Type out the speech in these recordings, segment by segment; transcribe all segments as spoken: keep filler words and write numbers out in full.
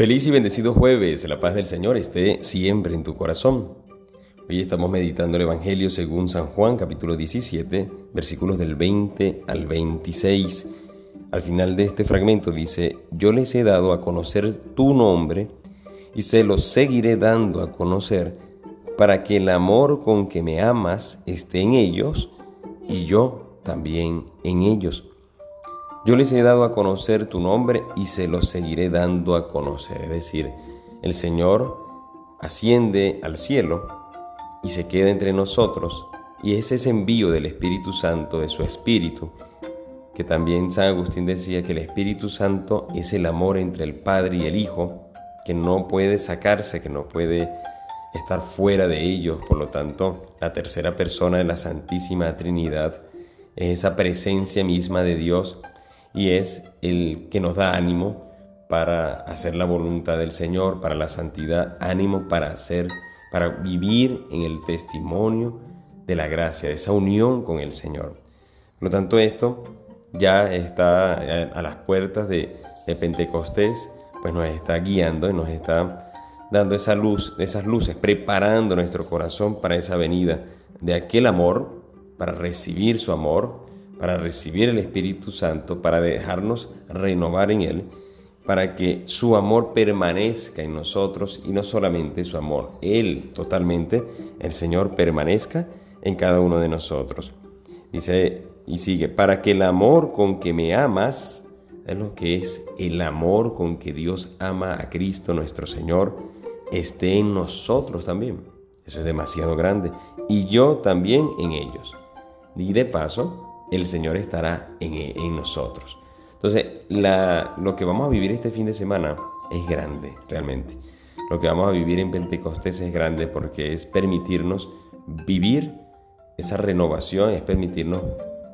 Feliz y bendecido jueves, la paz del Señor esté siempre en tu corazón. Hoy estamos meditando el Evangelio según San Juan, capítulo diecisiete, versículos del veinte al veintiséis. Al final de este fragmento dice: yo les he dado a conocer tu nombre y se los seguiré dando a conocer para que el amor con que me amas esté en ellos y yo también en ellos. Yo les he dado a conocer tu nombre y se los seguiré dando a conocer. Es decir, el Señor asciende al cielo y se queda entre nosotros, y es ese envío del Espíritu Santo, de su Espíritu, que también San Agustín decía que el Espíritu Santo es el amor entre el Padre y el Hijo, que no puede sacarse, que no puede estar fuera de ellos. Por lo tanto, la tercera persona de la Santísima Trinidad es esa presencia misma de Dios, y es el que nos da ánimo para hacer la voluntad del Señor, para la santidad, ánimo para hacer, para vivir en el testimonio de la gracia, de esa unión con el Señor. Por lo tanto, esto ya está a las puertas de, de Pentecostés, pues nos está guiando y nos está dando esa luz, esas luces, preparando nuestro corazón para esa venida de aquel amor, para recibir su amor, para recibir el Espíritu Santo, para dejarnos renovar en Él, para que su amor permanezca en nosotros, y no solamente su amor, Él totalmente, el Señor, permanezca en cada uno de nosotros. Dice y sigue: para que el amor con que me amas, es lo que es el amor con que Dios ama a Cristo nuestro Señor, esté en nosotros también. Eso es demasiado grande. Y yo también en ellos. Y de paso, el Señor estará en, en nosotros. Entonces, la, lo que vamos a vivir este fin de semana es grande, realmente. Lo que vamos a vivir en Pentecostés es grande, porque es permitirnos vivir esa renovación, es permitirnos,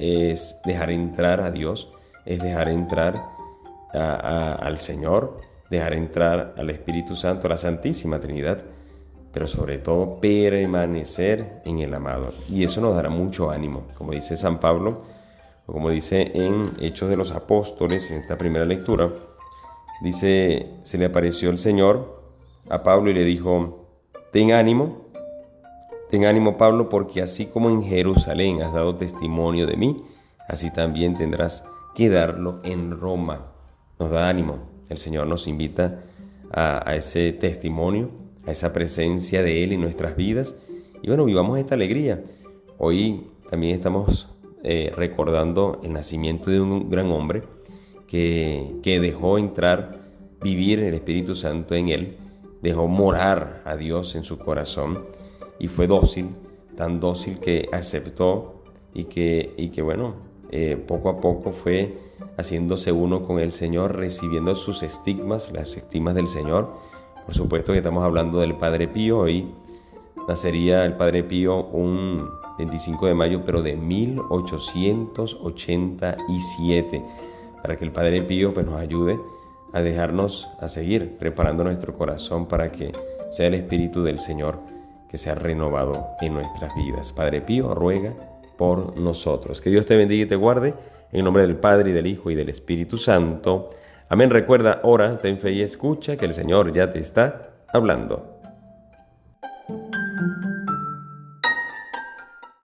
es dejar entrar a Dios, es dejar entrar a, a, al Señor, dejar entrar al Espíritu Santo, a la Santísima Trinidad, pero sobre todo permanecer en el amado. Y eso nos dará mucho ánimo, como dice San Pablo, o como dice en Hechos de los Apóstoles, en esta primera lectura. Dice: se le apareció el Señor a Pablo y le dijo: ten ánimo, ten ánimo Pablo, porque así como en Jerusalén has dado testimonio de mí, así también tendrás que darlo en Roma. Nos da ánimo, el Señor nos invita a, a ese testimonio, a esa presencia de Él en nuestras vidas. Y bueno, vivamos esta alegría. Hoy también estamos eh, recordando el nacimiento de un gran hombre que, que dejó entrar, vivir el Espíritu Santo en él, dejó morar a Dios en su corazón, y fue dócil, tan dócil que aceptó y que, y que bueno, eh, poco a poco fue haciéndose uno con el Señor, recibiendo sus estigmas, las estigmas del Señor. Por supuesto que estamos hablando del Padre Pío. Hoy nacería el Padre Pío un veinticinco de mayo, pero de mil ochocientos ochenta y siete, para que el Padre Pío pues, nos ayude a dejarnos, a seguir preparando nuestro corazón para que sea el Espíritu del Señor que sea renovado en nuestras vidas. Padre Pío, ruega por nosotros. Que Dios te bendiga y te guarde, en nombre del Padre, y del Hijo, y del Espíritu Santo. Amén. Recuerda, ora, ten fe y escucha, que el Señor ya te está hablando.